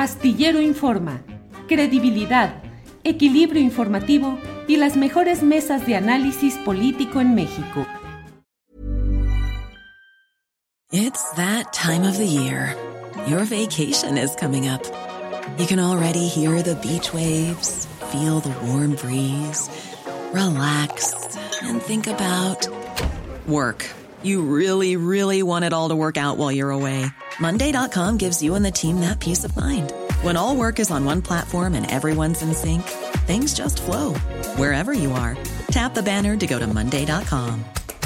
Astillero Informa, credibilidad, equilibrio informativo y las mejores mesas de análisis político en México. It's that time of the year. Your vacation is coming up. You can already hear the beach waves, feel the warm breeze, relax, and think about work. You really, really want it all to work out while you're away. Monday.com gives you and the team that peace of mind. When all work is on one platform and everyone's in sync, things just flow. Wherever you are, tap the banner to go to Monday.com.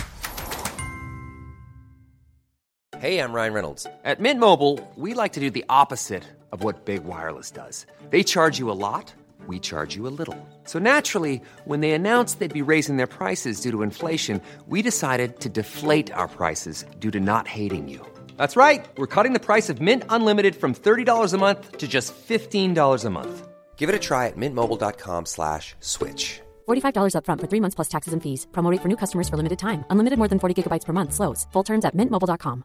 Hey, I'm Ryan Reynolds. At Mint Mobile, we like to do the opposite of what Big Wireless does. They charge you a lot, we charge you a little. So naturally, when they announced they'd be raising their prices due to inflation, we decided to deflate our prices due to not hating you. That's right. We're cutting the price of Mint Unlimited from $30 a month to just $15 a month. Give it a try at mintmobile.com/switch. $45 up front for 3 months plus taxes and fees. Promo rate for new customers for limited time. Unlimited more than 40 gigabytes per month. Slows full terms at mintmobile.com.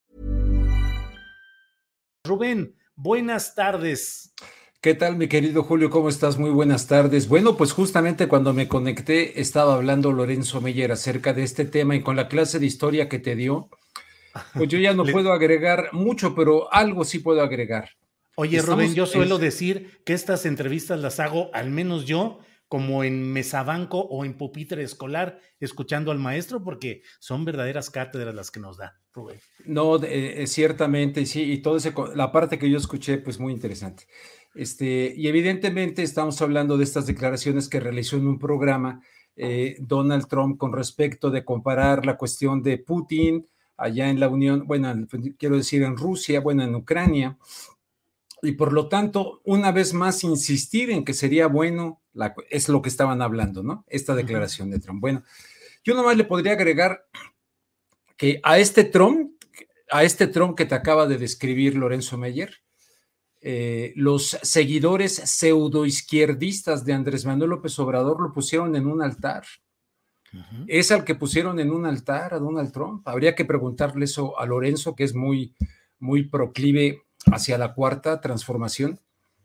Rubén, buenas tardes. ¿Qué tal, mi querido Julio? ¿Cómo estás? Muy buenas tardes. Bueno, pues justamente cuando me conecté estaba hablando Lorenzo Meyer acerca de este tema y con la clase de historia que te dio, pues yo ya no puedo agregar mucho, pero algo sí puedo agregar. Oye, Rubén, yo suelo decir que estas entrevistas las hago, al menos yo, como en mesabanco o en pupitre escolar, escuchando al maestro, porque son verdaderas cátedras las que nos da, Rubén. No, ciertamente, sí, y todo la parte que yo escuché, pues muy interesante. Y evidentemente estamos hablando de estas declaraciones que realizó en un programa Donald Trump con respecto de comparar la cuestión de Putin allá en la Unión, bueno, quiero decir en Rusia, bueno, en Ucrania, y por lo tanto, una vez más insistir en que sería bueno, es lo que estaban hablando, ¿no? Esta declaración de Trump. Bueno, yo nomás le podría agregar que a este Trump que te acaba de describir Lorenzo Meyer, los seguidores pseudoizquierdistas de Andrés Manuel López Obrador lo pusieron en un altar. Es al que pusieron en un altar a Donald Trump. Habría que preguntarle eso a Lorenzo, que es muy, muy proclive hacia la cuarta transformación.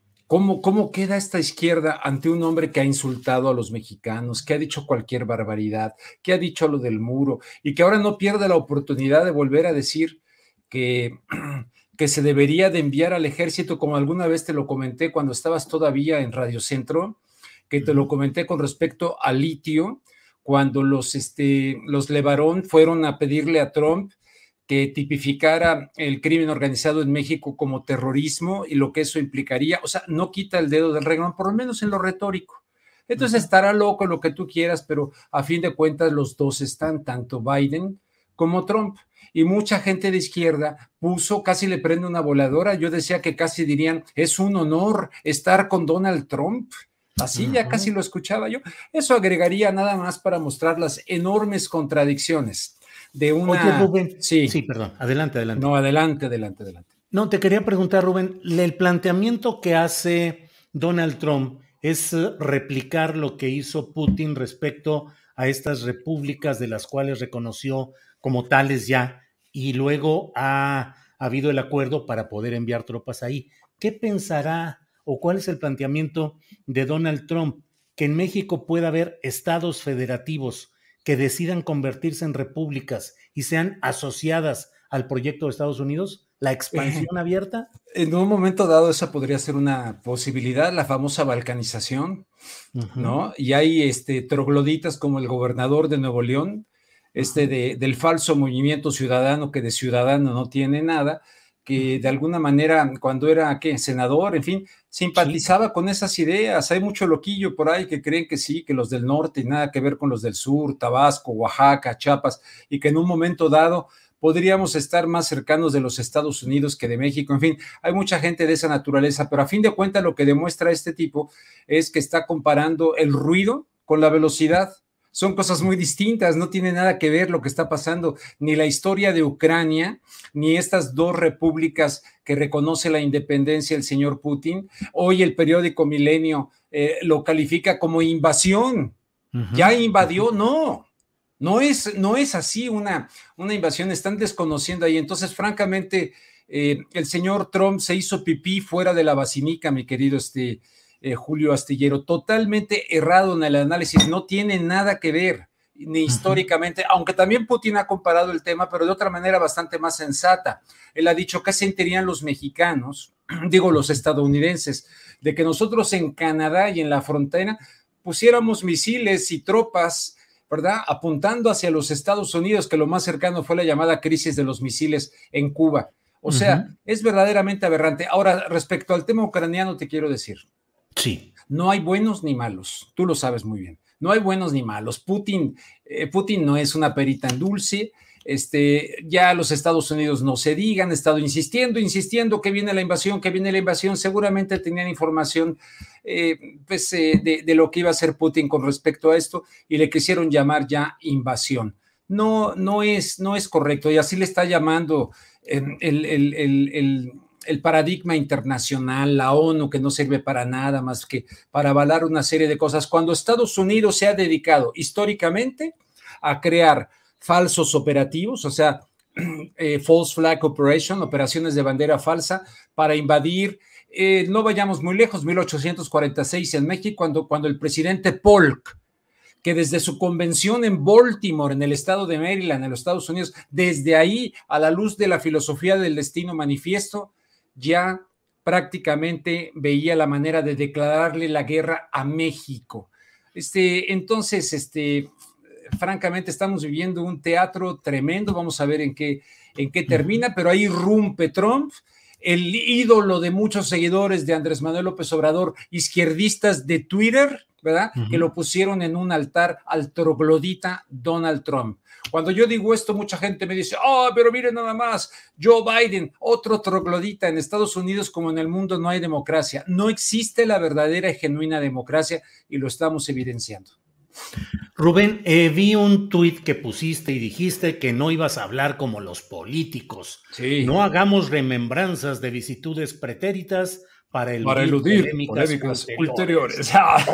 ¿Cómo queda esta izquierda ante un hombre que ha insultado a los mexicanos, que ha dicho cualquier barbaridad, que ha dicho lo del muro y que ahora no pierde la oportunidad de volver a decir que se debería de enviar al ejército, como alguna vez te lo comenté cuando estabas todavía en Radio Centro, que te lo comenté con respecto al litio, cuando los Levarón fueron a pedirle a Trump que tipificara el crimen organizado en México como terrorismo y lo que eso implicaría, o sea, no quita el dedo del renglón, por lo menos en lo retórico. Entonces estará loco lo que tú quieras, pero a fin de cuentas los dos están, tanto Biden como Trump. Y mucha gente de izquierda casi le prende una voladora. Yo decía que casi dirían, es un honor estar con Donald Trump. Así ya casi lo escuchaba yo. Eso agregaría nada más para mostrar las enormes contradicciones de una... Oye, Rubén. Sí, perdón. Adelante. No, adelante. No, te quería preguntar, Rubén, el planteamiento que hace Donald Trump es replicar lo que hizo Putin respecto a estas repúblicas de las cuales reconoció como tales ya, y luego ha habido el acuerdo para poder enviar tropas ahí. ¿Qué pensará o cuál es el planteamiento de Donald Trump? Que en México pueda haber estados federativos que decidan convertirse en repúblicas y sean asociadas al proyecto de Estados Unidos, la expansión abierta. En un momento dado esa podría ser una posibilidad, la famosa balcanización, ¿no? Y hay trogloditas como el gobernador de Nuevo León, del falso movimiento ciudadano, que de ciudadano no tiene nada, que de alguna manera cuando era senador, en fin, simpatizaba con esas ideas. Hay mucho loquillo por ahí que creen que sí, que los del norte y nada que ver con los del sur, Tabasco, Oaxaca, Chiapas, y que en un momento dado podríamos estar más cercanos de los Estados Unidos que de México. En fin, hay mucha gente de esa naturaleza, pero a fin de cuentas lo que demuestra este tipo es que está comparando el ruido con la velocidad. Son cosas muy distintas, no tiene nada que ver lo que está pasando, ni la historia de Ucrania, ni estas dos repúblicas que reconoce la independencia el señor Putin. Hoy el periódico Milenio lo califica como invasión. Ya invadió, no es así una invasión, están desconociendo ahí. Entonces, francamente, El señor Trump se hizo pipí fuera de la basinica, mi querido Julio Astillero, totalmente errado en el análisis, no tiene nada que ver, ni históricamente, aunque también Putin ha comparado el tema, pero de otra manera bastante más sensata. Él ha dicho, ¿qué sentirían los mexicanos, digo los estadounidenses, de que nosotros en Canadá y en la frontera pusiéramos misiles y tropas, ¿verdad?, apuntando hacia los Estados Unidos, que lo más cercano fue la llamada crisis de los misiles en Cuba? O sea, es verdaderamente aberrante. Ahora, respecto al tema ucraniano, te quiero decir, sí, no hay buenos ni malos, tú lo sabes muy bien, no hay buenos ni malos. Putin no es una perita en dulce. Ya los Estados Unidos no se digan, han estado insistiendo que viene la invasión, seguramente tenían información de lo que iba a hacer Putin con respecto a esto y le quisieron llamar ya invasión. No es correcto, y así le está llamando el paradigma internacional, la ONU, que no sirve para nada más que para avalar una serie de cosas, cuando Estados Unidos se ha dedicado históricamente a crear falsos operativos, o sea, false flag operation, operaciones de bandera falsa para invadir. No vayamos muy lejos, 1846 en México, cuando el presidente Polk, que desde su convención en Baltimore, en el estado de Maryland, en los Estados Unidos, desde ahí, a la luz de la filosofía del destino manifiesto, ya prácticamente veía la manera de declararle la guerra a México. Entonces, francamente, estamos viviendo un teatro tremendo. Vamos a ver en qué termina, pero ahí irrumpe Trump, el ídolo de muchos seguidores de Andrés Manuel López Obrador, izquierdistas de Twitter, ¿verdad? Que lo pusieron en un altar al troglodita Donald Trump. Cuando yo digo esto, mucha gente me dice, pero miren nada más, Joe Biden, otro troglodita. En Estados Unidos como en el mundo no hay democracia, no existe la verdadera y genuina democracia, y lo estamos evidenciando. Rubén, vi un tuit que pusiste y dijiste que no ibas a hablar como los políticos. Sí. No hagamos remembranzas de vicisitudes pretéritas para eludir polémicas ulteriores.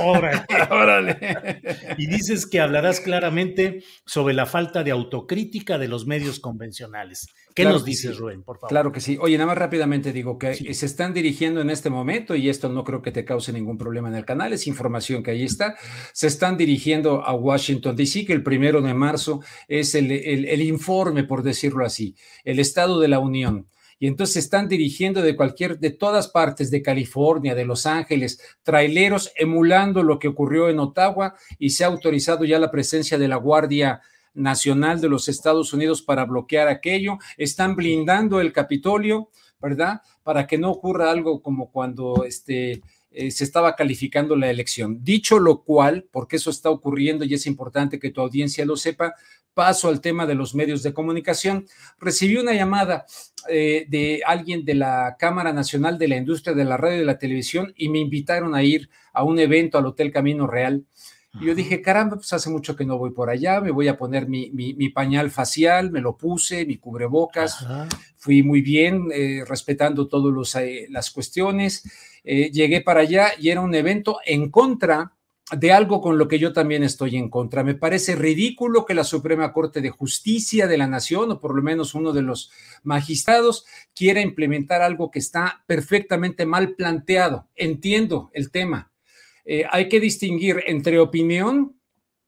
Órale. Y dices que hablarás claramente sobre la falta de autocrítica de los medios convencionales. ¿Qué nos dices, Rubén, por favor? Claro que sí. Oye, nada más rápidamente digo que se están dirigiendo en este momento, y esto no creo que te cause ningún problema en el canal, es información que ahí está, se están dirigiendo a Washington, D.C., que el 1 de marzo es el informe, por decirlo así, el Estado de la Unión. Y entonces se están dirigiendo de todas partes, de California, de Los Ángeles, traileros emulando lo que ocurrió en Ottawa, y se ha autorizado ya la presencia de la Guardia Nacional de los Estados Unidos para bloquear aquello. Están blindando el Capitolio, ¿verdad?, para que no ocurra algo como cuando se estaba calificando la elección. Dicho lo cual, porque eso está ocurriendo y es importante que tu audiencia lo sepa, paso al tema de los medios de comunicación. Recibí una llamada de alguien de la Cámara Nacional de la Industria de la Radio y de la Televisión, y me invitaron a ir a un evento al Hotel Camino Real. Y yo dije, caramba, pues hace mucho que no voy por allá, me voy a poner mi pañal facial, me lo puse, mi cubrebocas. Fui muy bien, respetando todas las cuestiones. Llegué para allá y era un evento en contra de algo con lo que yo también estoy en contra. Me parece ridículo que la Suprema Corte de Justicia de la Nación, o por lo menos uno de los magistrados, quiera implementar algo que está perfectamente mal planteado. Entiendo el tema. Hay que distinguir entre opinión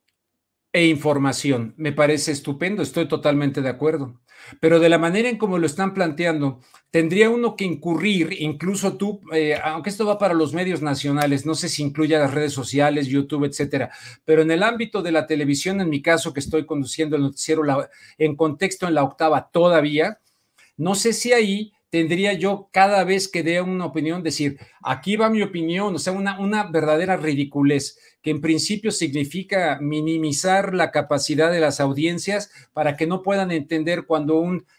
e información. Me parece estupendo, estoy totalmente de acuerdo. Pero de la manera en cómo lo están planteando, tendría uno que incurrir, incluso tú, aunque esto va para los medios nacionales, no sé si incluye las redes sociales, YouTube, etcétera, pero en el ámbito de la televisión, en mi caso, que estoy conduciendo el noticiero en contexto en la octava todavía, no sé si ahí tendría yo, cada vez que dé una opinión, decir, aquí va mi opinión, o sea, una verdadera ridiculez, que en principio significa minimizar la capacidad de las audiencias para que no puedan entender cuando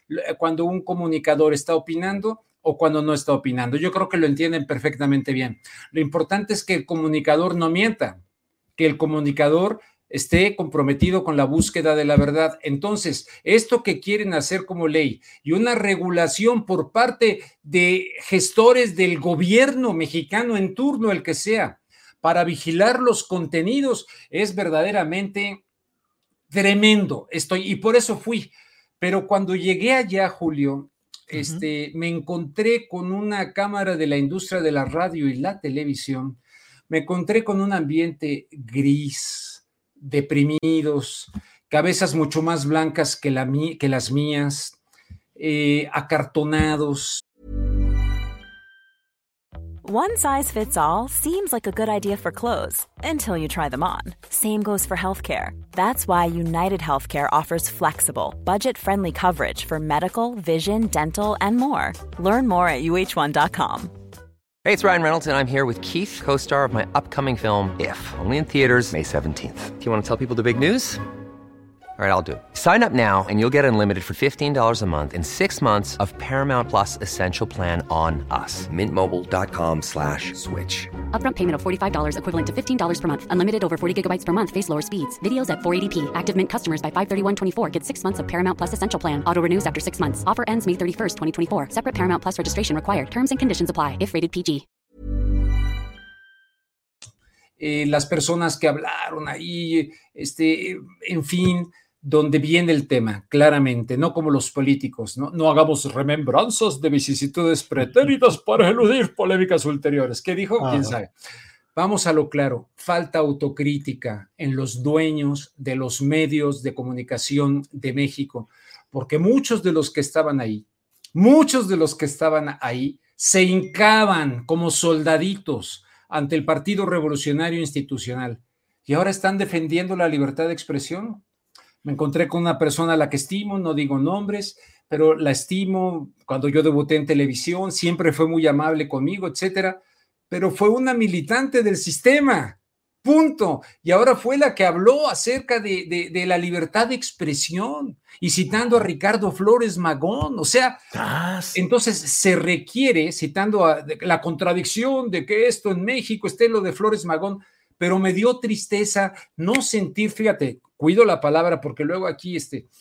un comunicador está opinando o cuando no está opinando. Yo creo que lo entienden perfectamente bien. Lo importante es que el comunicador no mienta, que el comunicador esté comprometido con la búsqueda de la verdad. Entonces, esto que quieren hacer como ley y una regulación por parte de gestores del gobierno mexicano en turno, el que sea, para vigilar los contenidos, es verdaderamente tremendo. Y por eso fui. Pero cuando llegué allá, Julio, me encontré con una cámara de la industria de la radio y la televisión, me encontré con un ambiente gris, deprimidos, cabezas mucho más blancas que las mías, acartonados. One size fits all seems like a good idea for clothes until you try them on. Same goes for healthcare. That's why United Healthcare offers flexible, budget-friendly coverage for medical, vision, dental, and more. Learn more at uh1.com. Hey, it's Ryan Reynolds, and I'm here with Keith, co-star of my upcoming film, If, only in theaters May 17th. Do you want to tell people the big news? All right, I'll do it. Sign up now and you'll get unlimited for $15 a month and 6 months of Paramount Plus Essential Plan on us. MintMobile.com/switch. Upfront payment of $45 equivalent to $15 per month. Unlimited over 40 gigabytes per month. Face lower speeds. Videos at 480p. Active Mint customers by 531.24 get 6 months of Paramount Plus Essential Plan. Auto renews after 6 months. Offer ends May 31st, 2024. Separate Paramount Plus registration required. Terms and conditions apply if rated PG. Las personas que hablaron ahí, en fin, donde viene el tema, claramente, no como los políticos, no hagamos remembranzas de vicisitudes pretéritas para eludir polémicas ulteriores. ¿Qué dijo? ¿Quién sabe? Vamos a lo claro, falta autocrítica en los dueños de los medios de comunicación de México, porque muchos de los que estaban ahí se hincaban como soldaditos ante el Partido Revolucionario Institucional y ahora están defendiendo la libertad de expresión. Me encontré con una persona a la que estimo, no digo nombres, pero la estimo. Cuando yo debuté en televisión, siempre fue muy amable conmigo, etcétera, pero fue una militante del sistema, punto. Y ahora fue la que habló acerca de la libertad de expresión y citando a Ricardo Flores Magón. O sea, entonces se requiere, citando la contradicción de que esto en México esté lo de Flores Magón, pero me dio tristeza no sentir, fíjate, cuido la palabra porque luego aquí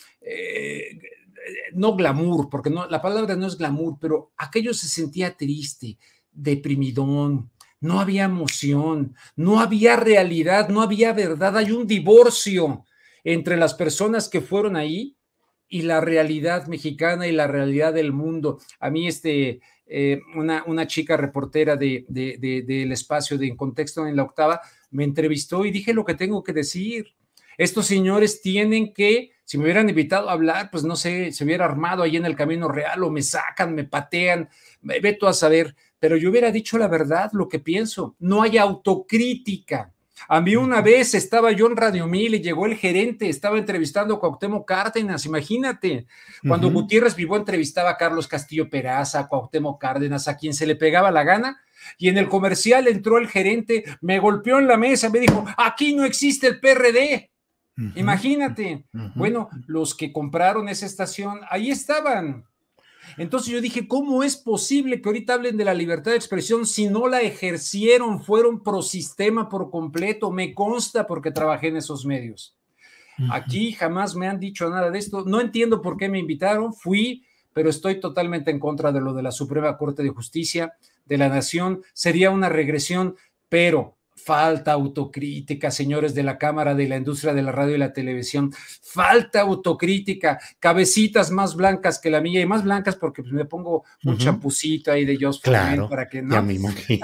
no glamour, porque no, la palabra no es glamour, pero aquello se sentía triste, deprimidón, no había emoción, no había realidad, no había verdad, hay un divorcio entre las personas que fueron ahí y la realidad mexicana y la realidad del mundo. A mí una chica reportera del espacio de En Contexto en la Octava me entrevistó y dije lo que tengo que decir. Estos señores tienen que, si me hubieran invitado a hablar, pues no sé, se hubiera armado ahí en el Camino Real o me sacan, me patean, ve tú a saber, pero yo hubiera dicho la verdad, lo que pienso. No hay autocrítica. A mí una vez estaba yo en Radio 1000 y llegó el gerente, estaba entrevistando a Cuauhtémoc Cárdenas, imagínate. Cuando Gutiérrez Vivo entrevistaba a Carlos Castillo Peraza, a Cuauhtémoc Cárdenas, a quien se le pegaba la gana, y en el comercial entró el gerente, me golpeó en la mesa, me dijo, aquí no existe el PRD. Imagínate. Bueno, los que compraron esa estación, ahí estaban. Entonces yo dije, ¿cómo es posible que ahorita hablen de la libertad de expresión si no la ejercieron, fueron prosistema por completo? Me consta porque trabajé en esos medios. Aquí jamás me han dicho nada de esto. No entiendo por qué me invitaron, fui, pero estoy totalmente en contra de lo de la Suprema Corte de Justicia de la Nación. Sería una regresión, pero falta autocrítica, señores de la Cámara de la Industria de la Radio y la Televisión. Falta autocrítica, cabecitas más blancas que la mía y más blancas porque pues, me pongo un champucito ahí de Just claro, para que no. Ya me imagino.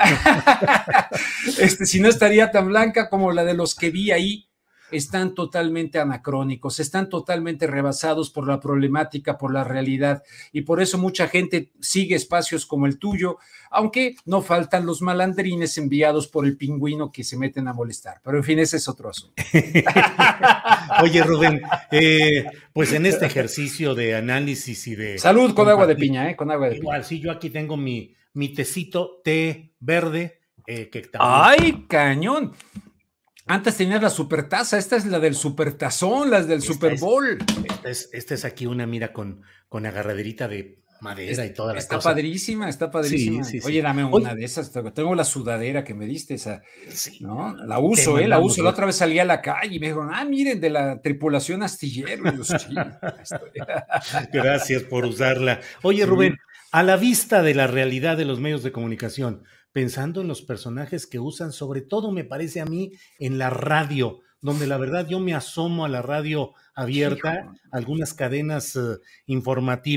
Si no estaría tan blanca como la de los que vi ahí. Están totalmente anacrónicos, están totalmente rebasados por la problemática, por la realidad, y por eso mucha gente sigue espacios como el tuyo, aunque no faltan los malandrines enviados por el pingüino que se meten a molestar, pero en fin, ese es otro asunto. Oye, Rubén, pues en este ejercicio de análisis y de... Salud con agua de piña, con agua de piña. Igual, sí, yo aquí tengo mi tecito, té verde, que también... ¡Ay, cañón! Antes tenías la supertaza, esta es la del supertazón, las del Super Bowl. Esta es aquí una, mira, con agarraderita de madera y toda la cosa. Está padrísima. Sí. Oye, dame una de esas. Tengo la sudadera que me diste, esa. Sí. ¿No? La uso. La otra vez salí a la calle y me dijeron, miren, de la tripulación astillero. Y yo, sí, gracias por usarla. Oye, Rubén, a la vista de la realidad de los medios de comunicación, pensando en los personajes que usan, sobre todo me parece a mí en la radio, donde la verdad yo me asomo a la radio abierta, algunas cadenas informativas,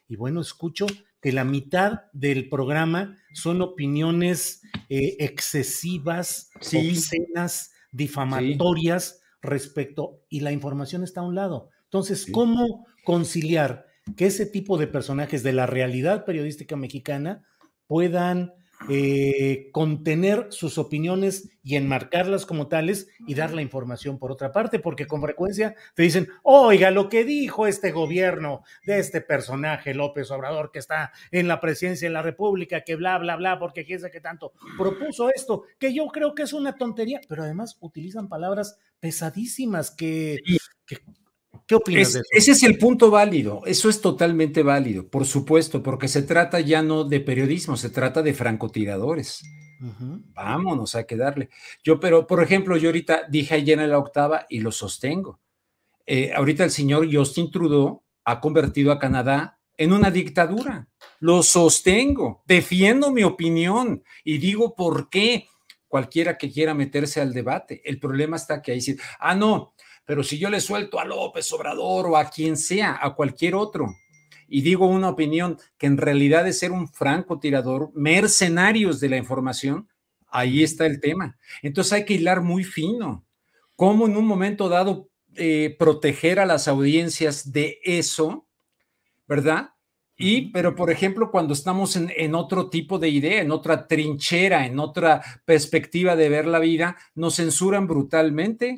y bueno, escucho que la mitad del programa son opiniones excesivas, Sí. obscenas, difamatorias respecto, y la información está a un lado. Entonces, Sí. ¿cómo conciliar que ese tipo de personajes de la realidad periodística mexicana puedan contener sus opiniones y enmarcarlas como tales y dar la información por otra parte? Porque con frecuencia te dicen, oiga, lo que dijo este gobierno de este personaje López Obrador que está en la presidencia de la República, que bla, bla, bla, porque quién sabe qué tanto propuso esto, que yo creo que es una tontería, pero además utilizan palabras pesadísimas que ¿qué opinas de eso? Ese es el punto válido, eso es totalmente válido, por supuesto, porque se trata ya no de periodismo, se trata de francotiradores. Vámonos, hay que darle. Pero, por ejemplo, yo ahorita dije ayer en la octava y lo sostengo. Ahorita el señor Justin Trudeau ha convertido a Canadá en una dictadura. Lo sostengo, defiendo mi opinión y digo por qué. Cualquiera que quiera meterse al debate. El problema está que ahí sí, no, pero si yo le suelto a López Obrador o a quien sea, a cualquier otro, y digo una opinión que en realidad es ser un francotirador, mercenarios de la información, ahí está el tema. Entonces hay que hilar muy fino. ¿Cómo en un momento dado proteger a las audiencias de eso, verdad? Pero, por ejemplo, cuando estamos en otro tipo de idea, en otra trinchera, en otra perspectiva de ver la vida, nos censuran brutalmente.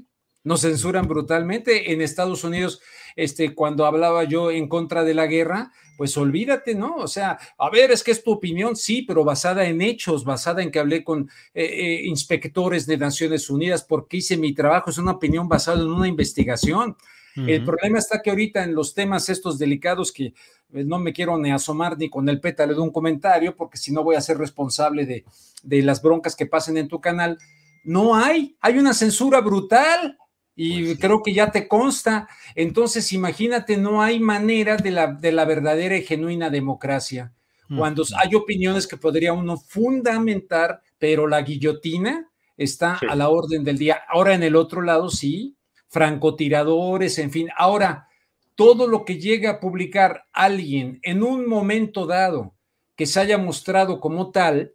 En Estados Unidos, cuando hablaba yo en contra de la guerra, pues olvídate, ¿no? O sea, a ver, es que es tu opinión, sí, pero basada en hechos, basada en que hablé con inspectores de Naciones Unidas porque hice mi trabajo, es una opinión basada en una investigación. El problema está que ahorita en los temas estos delicados que no me quiero ni asomar ni con el pétalo de un comentario, porque si no voy a ser responsable de las broncas que pasen en tu canal, hay una censura brutal y pues sí, creo que ya te consta. Entonces imagínate, no hay manera de la verdadera y genuina democracia, cuando hay opiniones que podría uno fundamentar, pero la guillotina está a la orden del día. Ahora en el otro lado sí, francotiradores, en fin. Ahora, todo lo que llegue a publicar alguien en un momento dado que se haya mostrado como tal,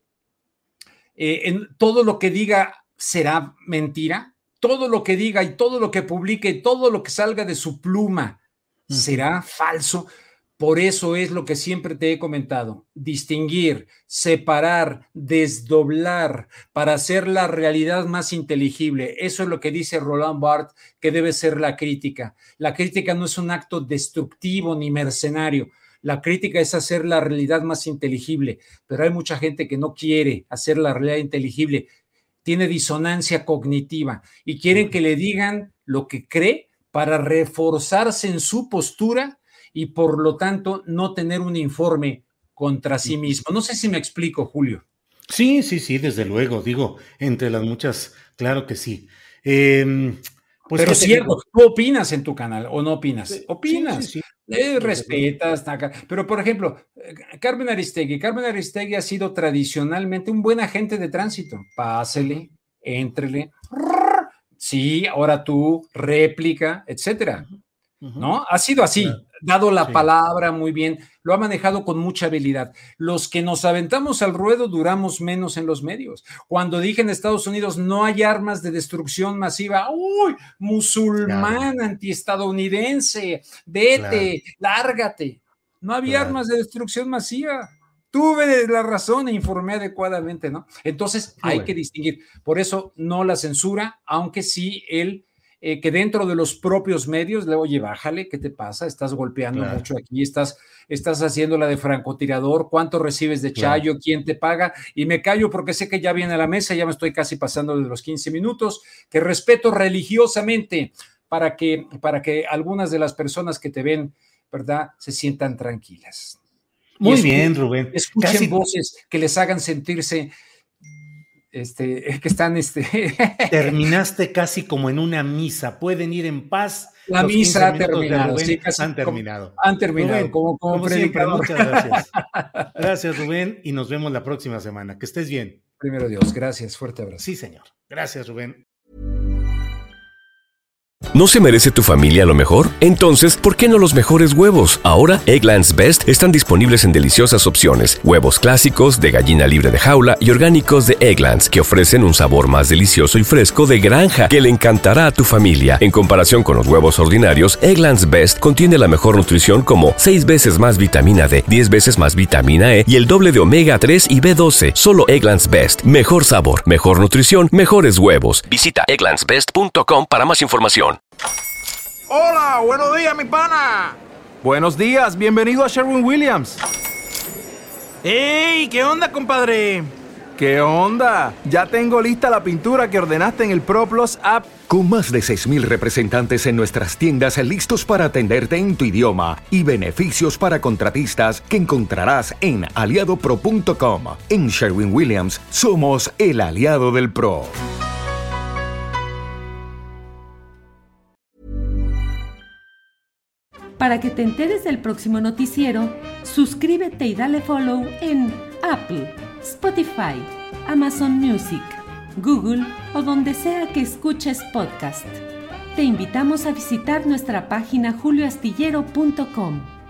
todo lo que diga será mentira, todo lo que diga y todo lo que publique, todo lo que salga de su pluma será falso. Por eso es lo que siempre te he comentado, distinguir, separar, desdoblar para hacer la realidad más inteligible. Eso es lo que dice Roland Barthes que debe ser la crítica. La crítica no es un acto destructivo ni mercenario. La crítica es hacer la realidad más inteligible, pero hay mucha gente que no quiere hacer la realidad inteligible, tiene disonancia cognitiva y quieren que le digan lo que cree para reforzarse en su postura y por lo tanto no tener un informe contra sí mismo. No sé si me explico, Julio. Sí, desde luego, digo, entre las muchas, claro que sí. Pues pero cierto, ¿tú opinas en tu canal o no opinas? Sí, opinas, sí. Respetas, pero por ejemplo, Carmen Aristegui ha sido tradicionalmente un buen agente de tránsito. Pásele, éntrele, sí, ahora tú, réplica, etcétera. ¿No? Ha sido así, dado la palabra muy bien, lo ha manejado con mucha habilidad. Los que nos aventamos al ruedo duramos menos en los medios. Cuando dije en Estados Unidos no hay armas de destrucción masiva, ¡uy! Musulmán, antiestadounidense, vete, lárgate. No había armas de destrucción masiva. Tuve la razón e informé adecuadamente, ¿no? Entonces hay que distinguir. Por eso no la censura, aunque sí que dentro de los propios medios, oye, bájale, ¿qué te pasa? Estás golpeando mucho aquí, estás haciendo la de francotirador, ¿cuánto recibes de Chayo? ¿Quién te paga? Y me callo porque sé que ya viene a la mesa, ya me estoy casi pasando de los 15 minutos, que respeto religiosamente para que algunas de las personas que te ven, ¿verdad?, se sientan tranquilas. Muy bien, Rubén. Escuchen voces que les hagan sentirse que están Terminaste casi como en una misa. Pueden ir en paz. La misa ha terminado. Sí, han terminado. Han terminado. Rubén, como siempre, muchas gracias. Gracias, Rubén, y nos vemos la próxima semana. Que estés bien. Primero Dios, gracias. Fuerte abrazo. Sí, señor. Gracias, Rubén. ¿No se merece tu familia lo mejor? Entonces, ¿por qué no los mejores huevos? Ahora, Eggland's Best están disponibles en deliciosas opciones. Huevos clásicos, de gallina libre de jaula y orgánicos de Eggland's, que ofrecen un sabor más delicioso y fresco de granja que le encantará a tu familia. En comparación con los huevos ordinarios, Eggland's Best contiene la mejor nutrición como 6 veces más vitamina D, 10 veces más vitamina E y el doble de omega 3 y B12. Solo Eggland's Best. Mejor sabor, mejor nutrición, mejores huevos. Visita egglandsbest.com para más información. Hola, buenos días, mi pana. Buenos días, bienvenido a Sherwin-Williams. ¡Ey! ¿Qué onda, compadre? ¿Qué onda? Ya tengo lista la pintura que ordenaste en el ProPlus app. Con más de 6,000 representantes en nuestras tiendas listos para atenderte en tu idioma y beneficios para contratistas que encontrarás en aliadopro.com. En Sherwin-Williams somos el aliado del pro. Para que te enteres del próximo noticiero, suscríbete y dale follow en Apple, Spotify, Amazon Music, Google o donde sea que escuches podcast. Te invitamos a visitar nuestra página julioastillero.com.